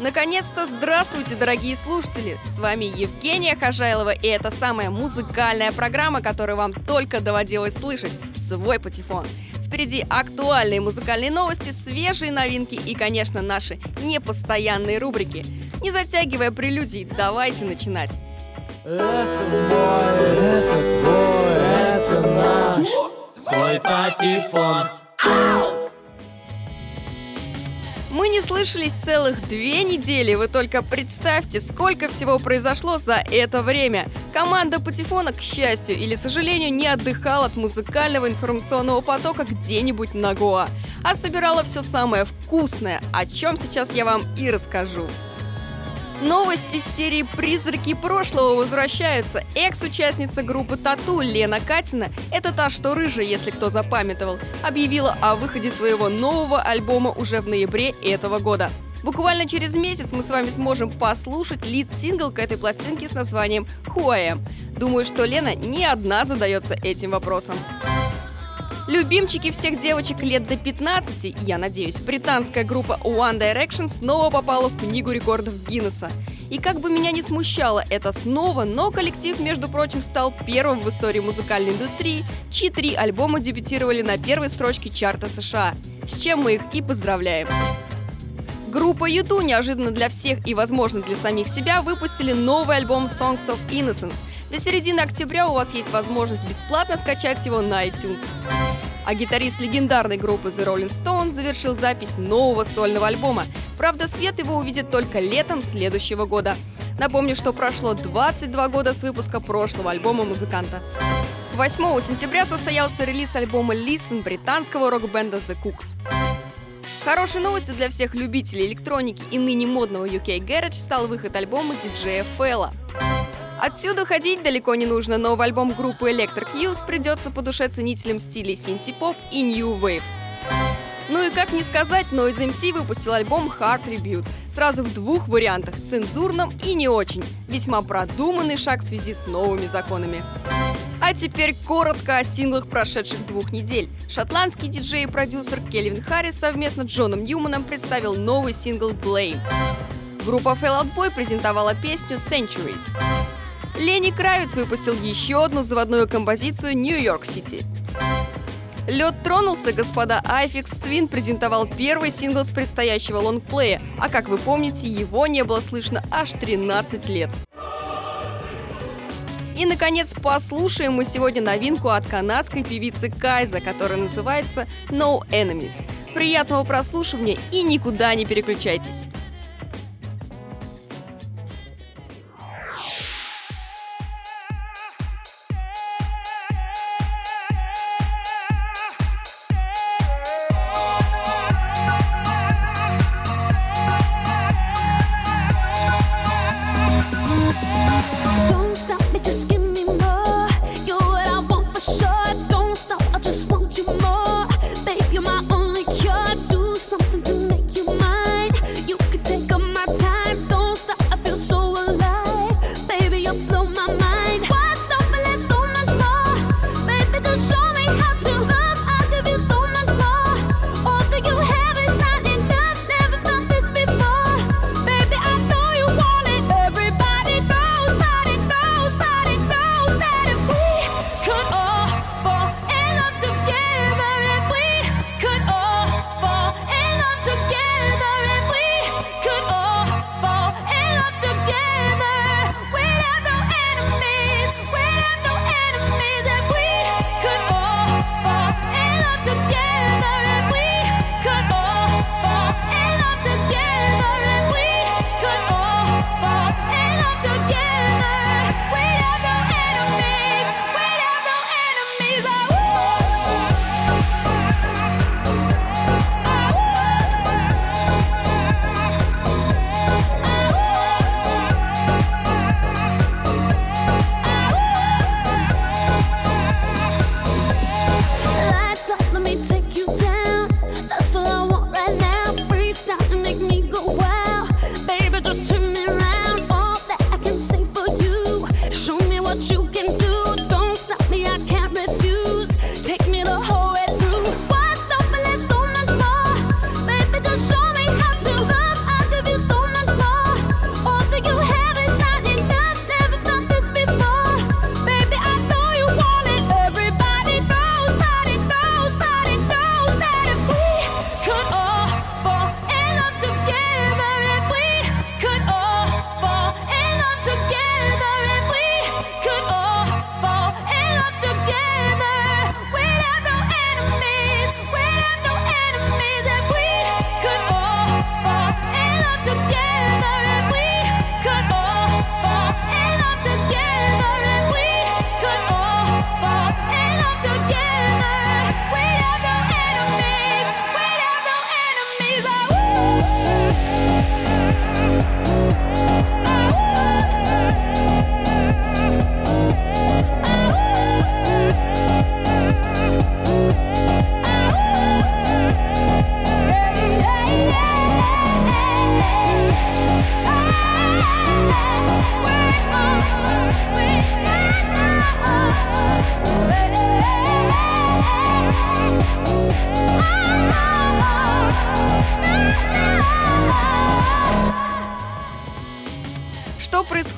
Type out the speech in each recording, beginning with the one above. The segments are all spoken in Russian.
Наконец-то здравствуйте, дорогие слушатели! С вами Евгения Хожайлова, и это самая музыкальная программа, которую вам только доводилось слышать – «Свой патефон». Впереди актуальные музыкальные новости, свежие новинки и, конечно, наши непостоянные рубрики. Не затягивая прелюдий, давайте начинать. Это мой, это твой, это наш свой патефон. Мы не слышались целых 2 недели, вы только представьте, сколько всего произошло за это время. Команда Патефона, к счастью или сожалению, не отдыхала от музыкального информационного потока где-нибудь на Гоа, а собирала все самое вкусное, о чем сейчас я вам и расскажу. Новости из серии «Призраки прошлого» возвращаются. Экс-участница группы Тату Лена Катина, это та, что рыжая, если кто запамятовал, объявила о выходе своего нового альбома уже в ноябре этого года. Буквально через месяц мы с вами сможем послушать лид-сингл к этой пластинке с названием «Who I Am». Думаю, что Лена не одна задается этим вопросом. Любимчики всех девочек лет до 15, я надеюсь, британская группа One Direction снова попала в книгу рекордов Гиннесса. И как бы меня не смущало это снова, но коллектив, между прочим, стал первым в истории музыкальной индустрии, чьи 3 альбома дебютировали на первой строчке чарта США, с чем мы их и поздравляем. Группа U2 неожиданно для всех и, возможно, для самих себя выпустили новый альбом Songs of Innocence. До середины октября у вас есть возможность бесплатно скачать его на iTunes. А гитарист легендарной группы The Rolling Stones завершил запись нового сольного альбома. Правда, свет его увидит только летом следующего года. Напомню, что прошло 22 года с выпуска прошлого альбома музыканта. 8 сентября состоялся релиз альбома Listen британского рок-бенда The Cooks. Хорошей новостью для всех любителей электроники и ныне модного UK Garage стал выход альбома диджея Фэлла. Отсюда ходить далеко не нужно, но в альбом группы Electric Youth придется по душе ценителям стилей синти-поп и New Wave. Ну и как не сказать, Noise MC выпустил альбом Hard Tribute. Сразу в 2 вариантах – цензурном и не очень. Весьма продуманный шаг в связи с новыми законами. А теперь коротко о синглах прошедших 2 недель. Шотландский диджей и продюсер Кельвин Харрис совместно с Джоном Ньюманом представил новый сингл «Blame». Группа Fall Out Boy презентовала песню «Centuries». Ленни Кравиц выпустил еще одну заводную композицию «New York City». Лед тронулся, господа. Aphex Twin презентовал первый сингл с предстоящего лонгплея, а как вы помните, его не было слышно аж 13 лет. И, наконец, послушаем мы сегодня новинку от канадской певицы Кайза, которая называется «No Enemies». Приятного прослушивания и никуда не переключайтесь. You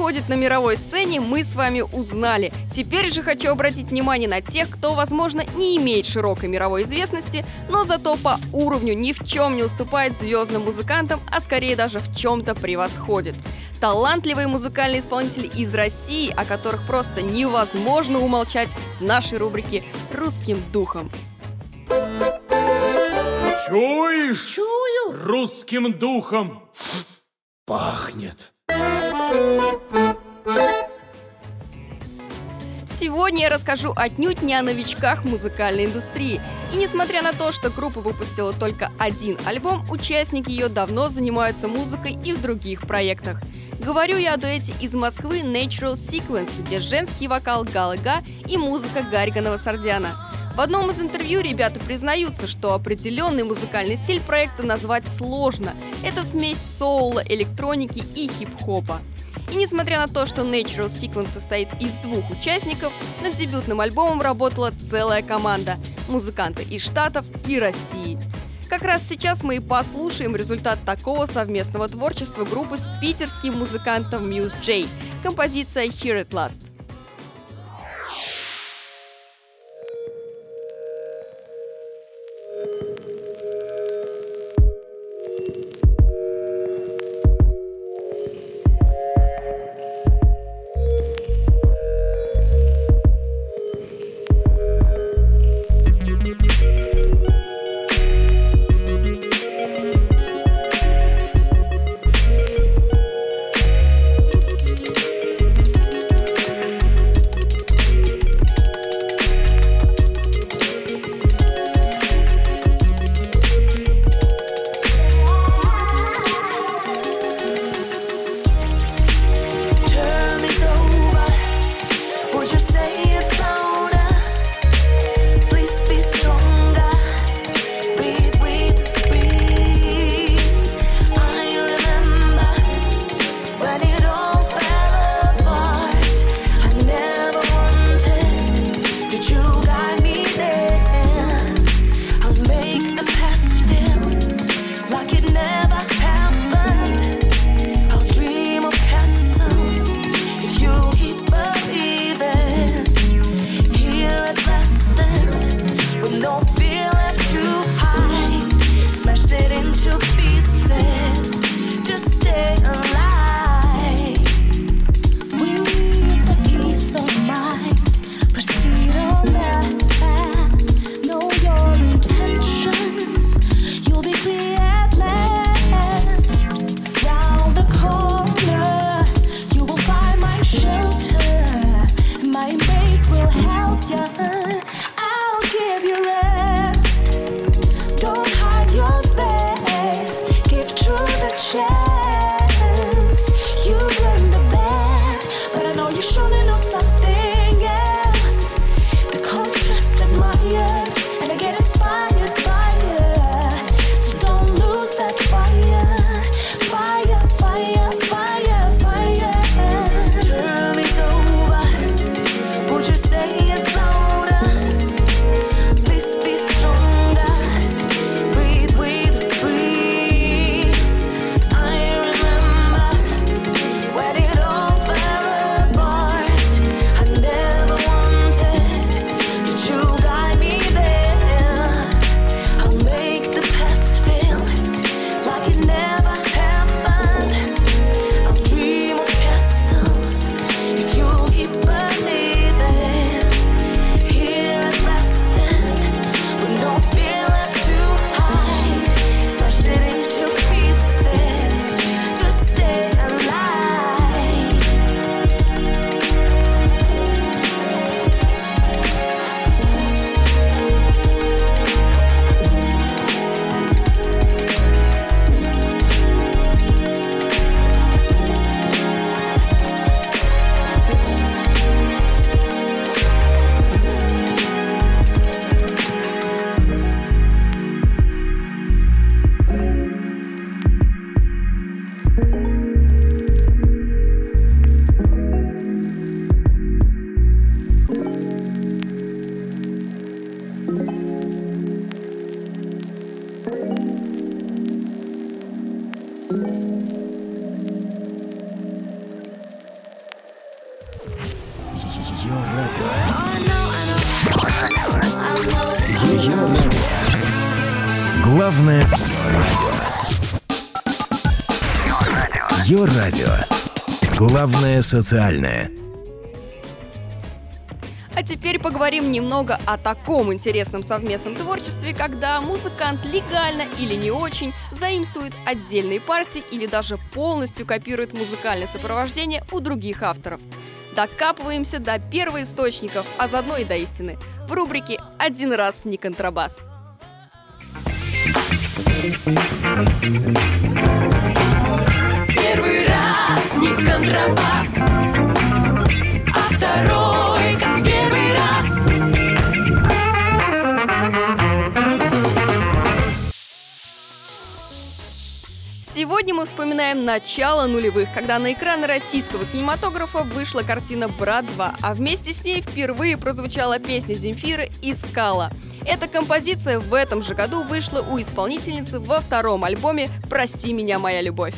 происходит на мировой сцене, мы с вами узнали. Теперь же хочу обратить внимание на тех, кто, возможно, не имеет широкой мировой известности, но зато по уровню ни в чем не уступает звездным музыкантам, а скорее даже в чем-то превосходит. Талантливые музыкальные исполнители из России, о которых просто невозможно умолчать в нашей рубрике «Русским духом». Чуешь? Чую. Русским духом. Пахнет. Сегодня я расскажу отнюдь не о новичках музыкальной индустрии. И несмотря на то, что группа выпустила только один альбом, участники ее давно занимаются музыкой и в других проектах. Говорю я о дуэте из Москвы Natural Sequence, где женский вокал Галы Га и музыка Гарриганова-Сардиана. В одном из интервью ребята признаются, что определенный музыкальный стиль проекта назвать сложно. Это смесь соула, электроники и хип-хопа. И несмотря на то, что Natural Sequence состоит из 2 участников, над дебютным альбомом работала целая команда – музыканты из Штатов и России. Как раз сейчас мы и послушаем результат такого совместного творчества группы с питерским музыкантом Muse J. Композиция «Hear It Last». Ее радио. Главное радио. Ее радио. Главное социальное. А теперь поговорим немного о таком интересном совместном творчестве, когда музыкант легально или не очень заимствует отдельные партии или даже полностью копирует музыкальное сопровождение у других авторов. Докапываемся до первоисточников, а заодно и до истины. В рубрике «Один раз не контрабас». Первый раз не контрабас, а второй как в первый раз. Сегодня мы вспоминаем начало нулевых, когда на экраны российского кинематографа вышла картина «Брат 2», а вместе с ней впервые прозвучала песня Земфиры «Искала». Эта композиция в этом же году вышла у исполнительницы во втором альбоме «Прости меня, моя любовь».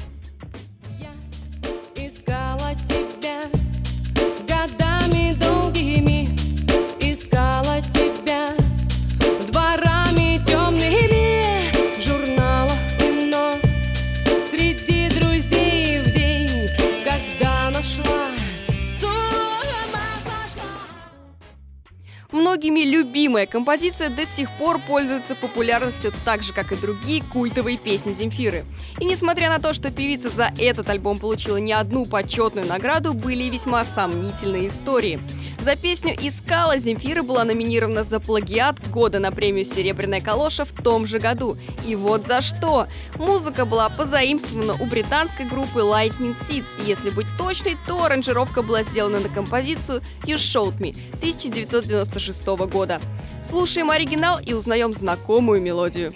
Я искала тебя годами долгими, искала тебя дворами темными, в журналах кино, среди друзей в день, когда нашла, с ума сошла. Многими любимая композиция до сих пор пользуется популярностью так же, как и другие культовые песни Земфиры. И несмотря на то, что певица за этот альбом получила не одну почетную награду, были и весьма сомнительные истории. За песню «Искала» Земфира была номинирована за плагиат года на премию «Серебряная калоша» в том же году. И вот за что! Музыка была позаимствована у британской группы Lightning Seeds, и если быть точной, то аранжировка была сделана на композицию «You Showed Me» 1996 года. Слушаем оригинал и узнаем знакомую мелодию.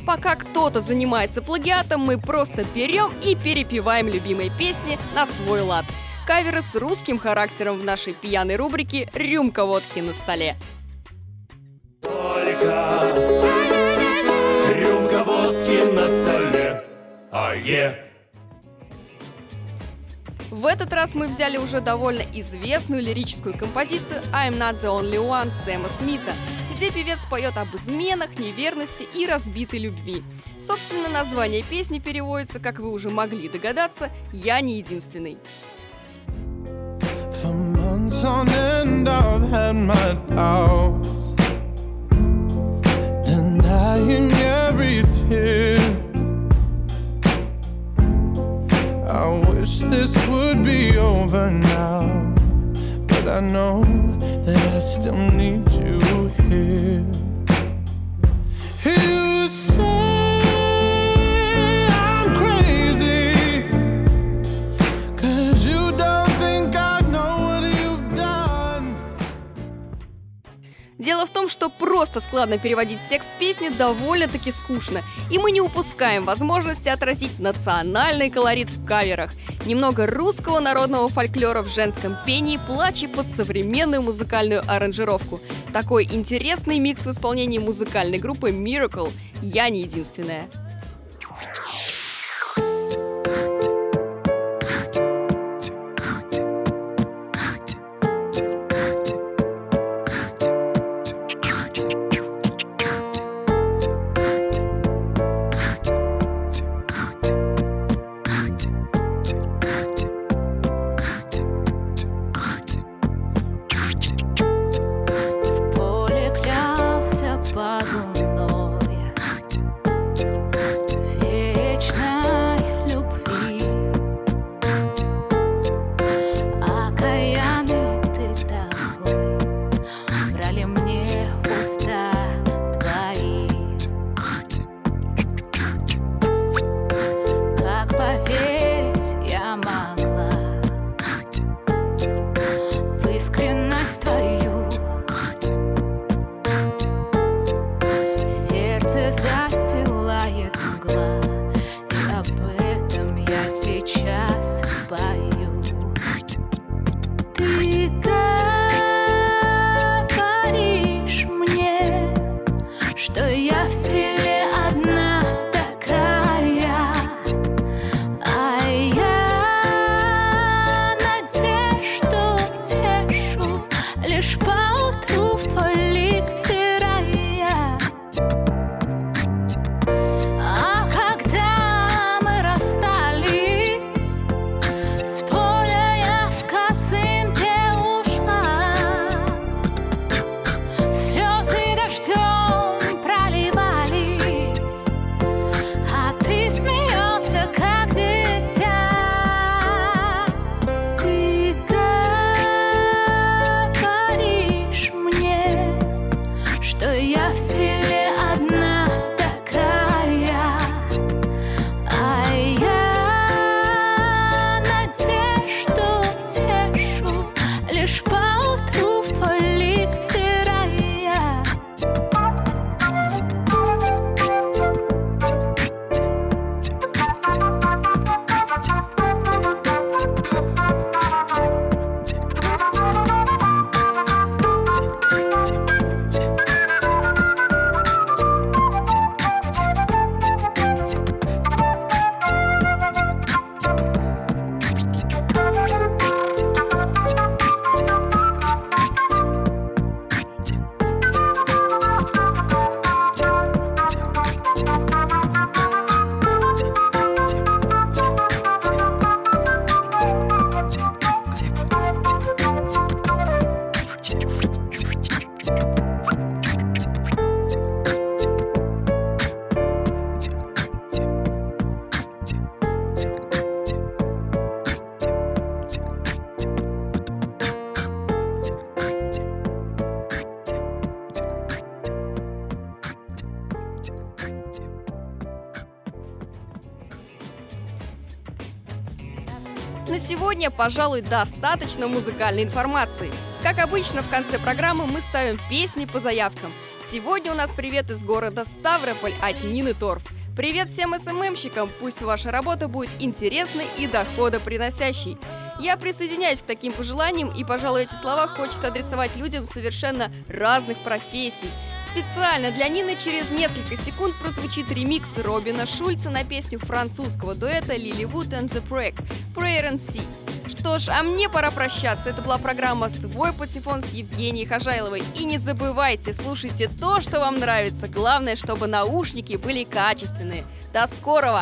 Пока кто-то занимается плагиатом, мы просто берем и перепеваем любимые песни на свой лад. Каверы с русским характером в нашей пьяной рубрике «Рюмка водки на столе». Только рюмка водки на столе. В этот раз мы взяли уже довольно известную лирическую композицию «I'm not the only one» Сэма Смита, где певец поет об изменах, неверности и разбитой любви. Собственно, название песни переводится, как вы уже могли догадаться, «Я не единственный». For months on end I've had my doubts, denying every tear. I wish this would be over now, but I know that I still need you here. You say I'm crazy, 'cause you don't think I know what you've done. Дело в том, что просто складно переводить текст песни довольно-таки скучно, и мы не упускаем возможности отразить национальный колорит в каверах. Немного русского народного фольклора в женском пении, плача под современную музыкальную аранжировку. Такой интересный микс в исполнении музыкальной группы Miracle «Я не единственная». На сегодня, пожалуй, достаточно музыкальной информации. Как обычно, в конце программы мы ставим песни по заявкам. Сегодня у нас привет из города Ставрополь от Нины Торф. Привет всем СММщикам, пусть ваша работа будет интересной и доходоприносящей. Я присоединяюсь к таким пожеланиям, и, пожалуй, эти слова хочется адресовать людям совершенно разных профессий. Специально для Нины через несколько секунд прозвучит ремикс Робина Шульца на песню французского дуэта Lilywood and the Break «Prayer and Sea». Что ж, а мне пора прощаться. Это была программа «Свой патефон» с Евгенией Хожайловой. И не забывайте, слушайте то, что вам нравится. Главное, чтобы наушники были качественные. До скорого!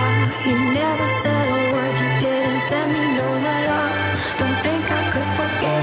You never said a word, you didn't send me no letter. Don't think I could forget